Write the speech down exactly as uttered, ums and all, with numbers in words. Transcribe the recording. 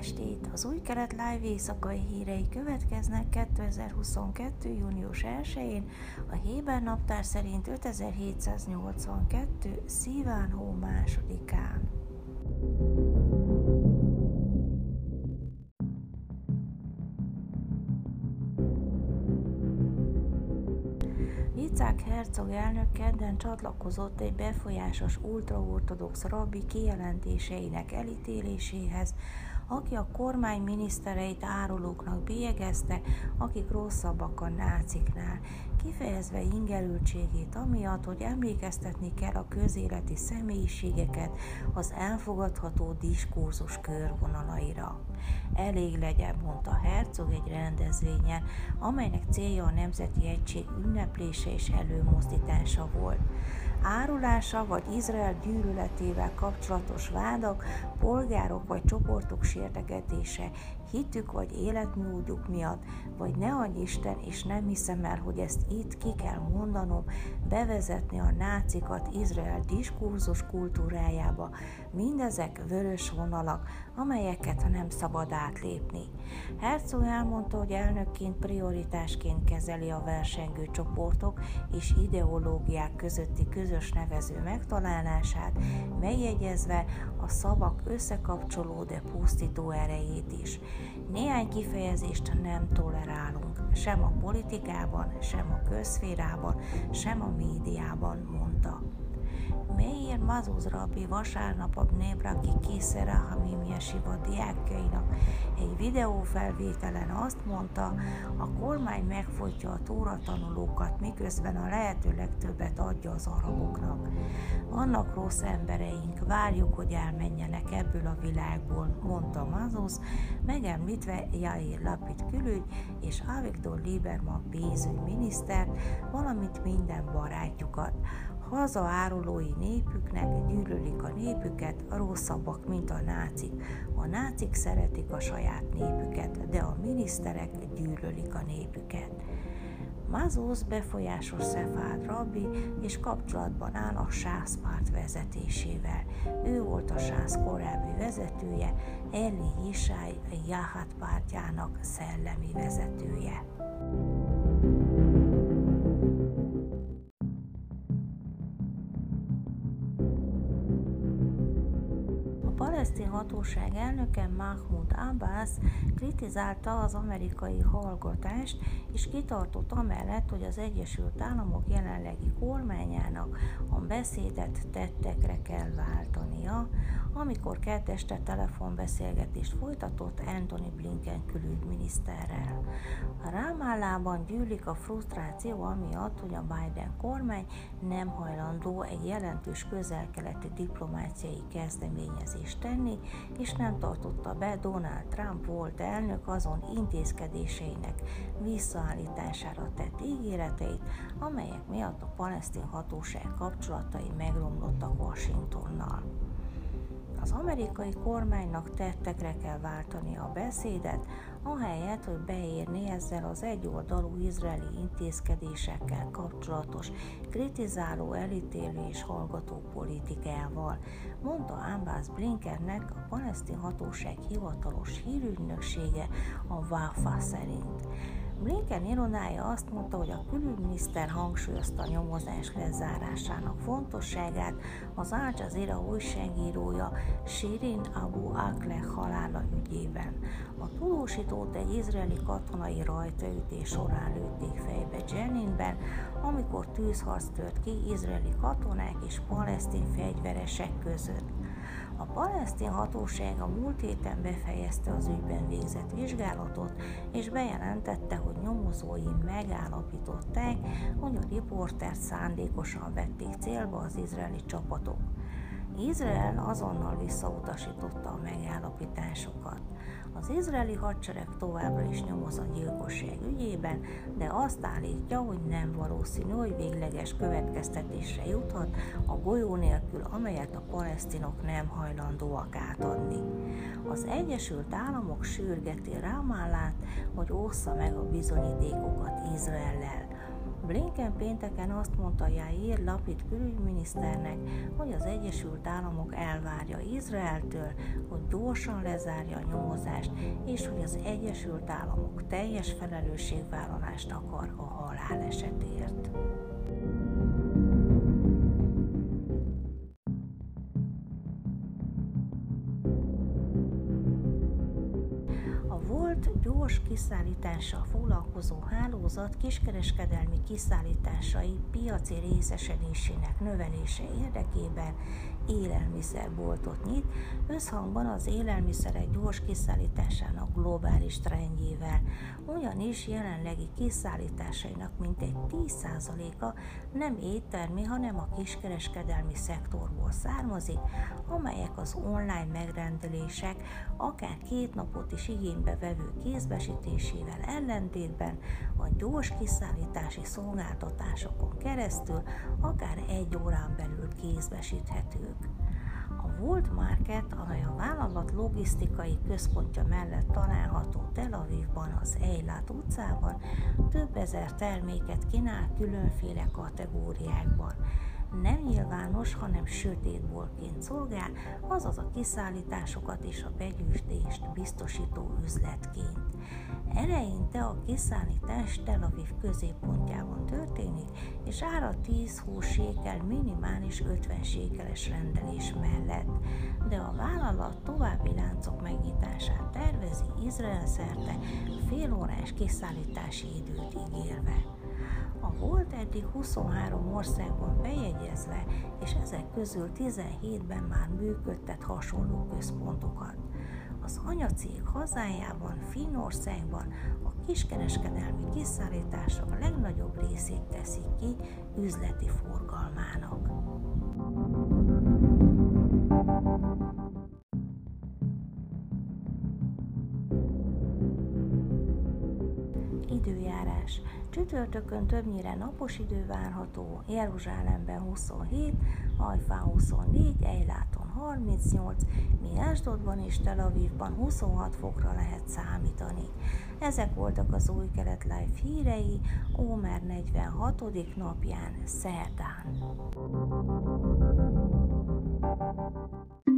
estét! Az Új Kelet Live éjszakai hírei következnek kétezer-huszonkettő. június elsején, a Héber naptár szerint ötezer-hétszáznyolcvankettő. Szíván hó másodikán. Yitzhak Herzog elnök kedden csatlakozott egy befolyásos ultraortodox rabbi kijelentéseinek elítéléséhez, aki a kormány minisztereit árulóknak bélyegezte, akik rosszabbak a náciknál, kifejezve ingerültségét amiatt, hogy emlékeztetni kell a közéleti személyiségeket az elfogadható diskurzus körvonalaira. Elég legyen, mondta Herzog egy rendezvényen, amelynek célja a Nemzeti Egység ünneplése és előmozdítása volt. Árulása vagy Izrael gyűlöletével kapcsolatos vádak, polgárok vagy csoportok sértegetése, hitük vagy életmódjuk miatt, vagy ne adj Isten, és nem hiszem el, hogy ezt itt ki kell mondanom, bevezetni a nácikat Izrael diskurzus kultúrájába, mindezek vörös vonalak, amelyeket nem szabad átlépni. Herzog elmondta, hogy elnökként prioritásként kezeli a versengő csoportok és ideológiák közötti közös nevező megtalálását, megjegyezve a szavak összekapcsoló, de pusztító erejét is. Néhány kifejezést nem tolerálunk, sem a politikában, sem a közszférában, sem a médiában, mondta. Meir Mazuz rabbi vasárnap a Bnei Braki Kiszer HaHamim Jesiva diákjainak egy videófelvételen azt mondta, a kormány megfolytja a tóra tanulókat, miközben a lehető legtöbbet adja az araboknak. Vannak rossz embereink, várjuk, hogy elmenjenek ebből a világból, mondta Mazuz, megemlítve Yair Lapid külügy és Avigdor Lieberman pénzügyminisztert, valamint minden barátjukat. Hazaárulói népüknek gyűlölik a népüket, rosszabbak, mint a nácik. A nácik szeretik a saját népüket, de a miniszterek gyűlölik a népüket. Mazuz befolyásos szefárd rabbi és kapcsolatban áll a sász párt vezetésével. Ő volt a sász korábbi vezetője, Eli Yishai Jahat pártjának szellemi vezetője. A palesztin hatóság elnöke Mahmoud Abbas kritizálta az amerikai hallgatást, és kitartott amellett, hogy az Egyesült Államok jelenlegi kormányának a beszédet tettekre kell váltania, amikor kedd este telefonbeszélgetést folytatott Antony Blinken külügyminiszterrel. A Ramallahban gyűlik a frusztráció amiatt, hogy a Biden kormány nem hajlandó egy jelentős közel-keleti diplomáciai kezdeményezést tenni, és nem tartotta be Donald Trump volt elnök azon intézkedéseinek visszaállítására tett ígéreteit, amelyek miatt a palesztin hatóság kapcsolatai megromlottak Washingtonnal. Az amerikai kormánynak tettekre kell váltani a beszédet, ahelyett, hogy beérni ezzel az egyoldalú izraeli intézkedésekkel kapcsolatos, kritizáló, elítélő és hallgató politikával, mondta Abbas Blinkennek a palesztin hatóság hivatalos hírügynöksége, a Wafa szerint. Blinken irodája azt mondta, hogy a külügyminiszter hangsúlyozta a nyomozás lezárásának fontosságát az Al Jazeera újságírója Shirin Abu Akleh halála ügyében. A tudósítót egy izraeli katonai rajtaütés során lőtték fejbe Jeninben, amikor tűzharc tört ki izraeli katonák és palesztin fegyveresek között. A palesztin hatóság a múlt héten befejezte az ügyben végzett vizsgálatot, és bejelentette, hogy nyomozói megállapították, hogy a riportert szándékosan vették célba az izraeli csapatok. Izrael azonnal visszautasította a megállapításokat. Az izraeli hadsereg továbbra is nyomoz a gyilkosság ügyében, de azt állítja, hogy nem valószínű, hogy végleges következtetésre juthat a golyó nélkül, amelyet a palesztinok nem hajlandóak átadni. Az Egyesült Államok sürgeti Ramallát, hogy ossza meg a bizonyítékokat Izraellel. Blinken pénteken azt mondta Yair Lapid külügyminiszternek, hogy az Egyesült Államok elvárja Izraeltől, hogy gyorsan lezárja a nyomozást, és hogy az Egyesült Államok teljes felelősségvállalást akar a halálesetért. A volt gyors kiszállítással foglalkozó hálózat kiskereskedelmi kiszállításai piaci részesedésének növelése érdekében élelmiszerboltot nyit, összhangban az élelmiszerek gyors kiszállításának globális trendjével, ugyanis jelenlegi kiszállításainak mintegy tíz százaléka nem éttermi, hanem a kiskereskedelmi szektorból származik, amelyek az online megrendelések akár két napot is igénybe vevő kézbesítésével ellentétben a gyors kiszállítási szolgáltatásokon keresztül akár egy órán belül kézbesíthetők. A Volt Market, amely a vállalat logisztikai központja mellett található Tel Avivban, az Eilat utcában, több ezer terméket kínál különféle kategóriákban. Nem nyilvános, hanem sötétboltként szolgál, azaz a kiszállításokat és a begyűjtést biztosító üzletként. Eleinte a kiszállítás Tel Aviv középpontjában történik, és ára tíz-húsz sékel minimális ötven sékeles rendelés mellett, de a vállalat további láncok megnyitását tervezi Izrael szerte félórás kiszállítási időt ígérve. A Volt eddig huszonhárom országban bejegyezve, és ezek közül tizenhétben már működtet hasonló központokat. Az anyacég hazájában, Finnországban a kiskereskedelmi kiszállítások legnagyobb részét teszik ki üzleti forgalmának. Időjárás. Csütörtökön többnyire napos idő várható, Jeruzsálemben huszonhét, Hajfán huszonnégy, Eiláton harmincnyolc, míg Asdodban és Tel Avivban huszonhat fokra lehet számítani. Ezek voltak az Új Kelet Live hírei Ómer negyvenhatodik napján, szerdán.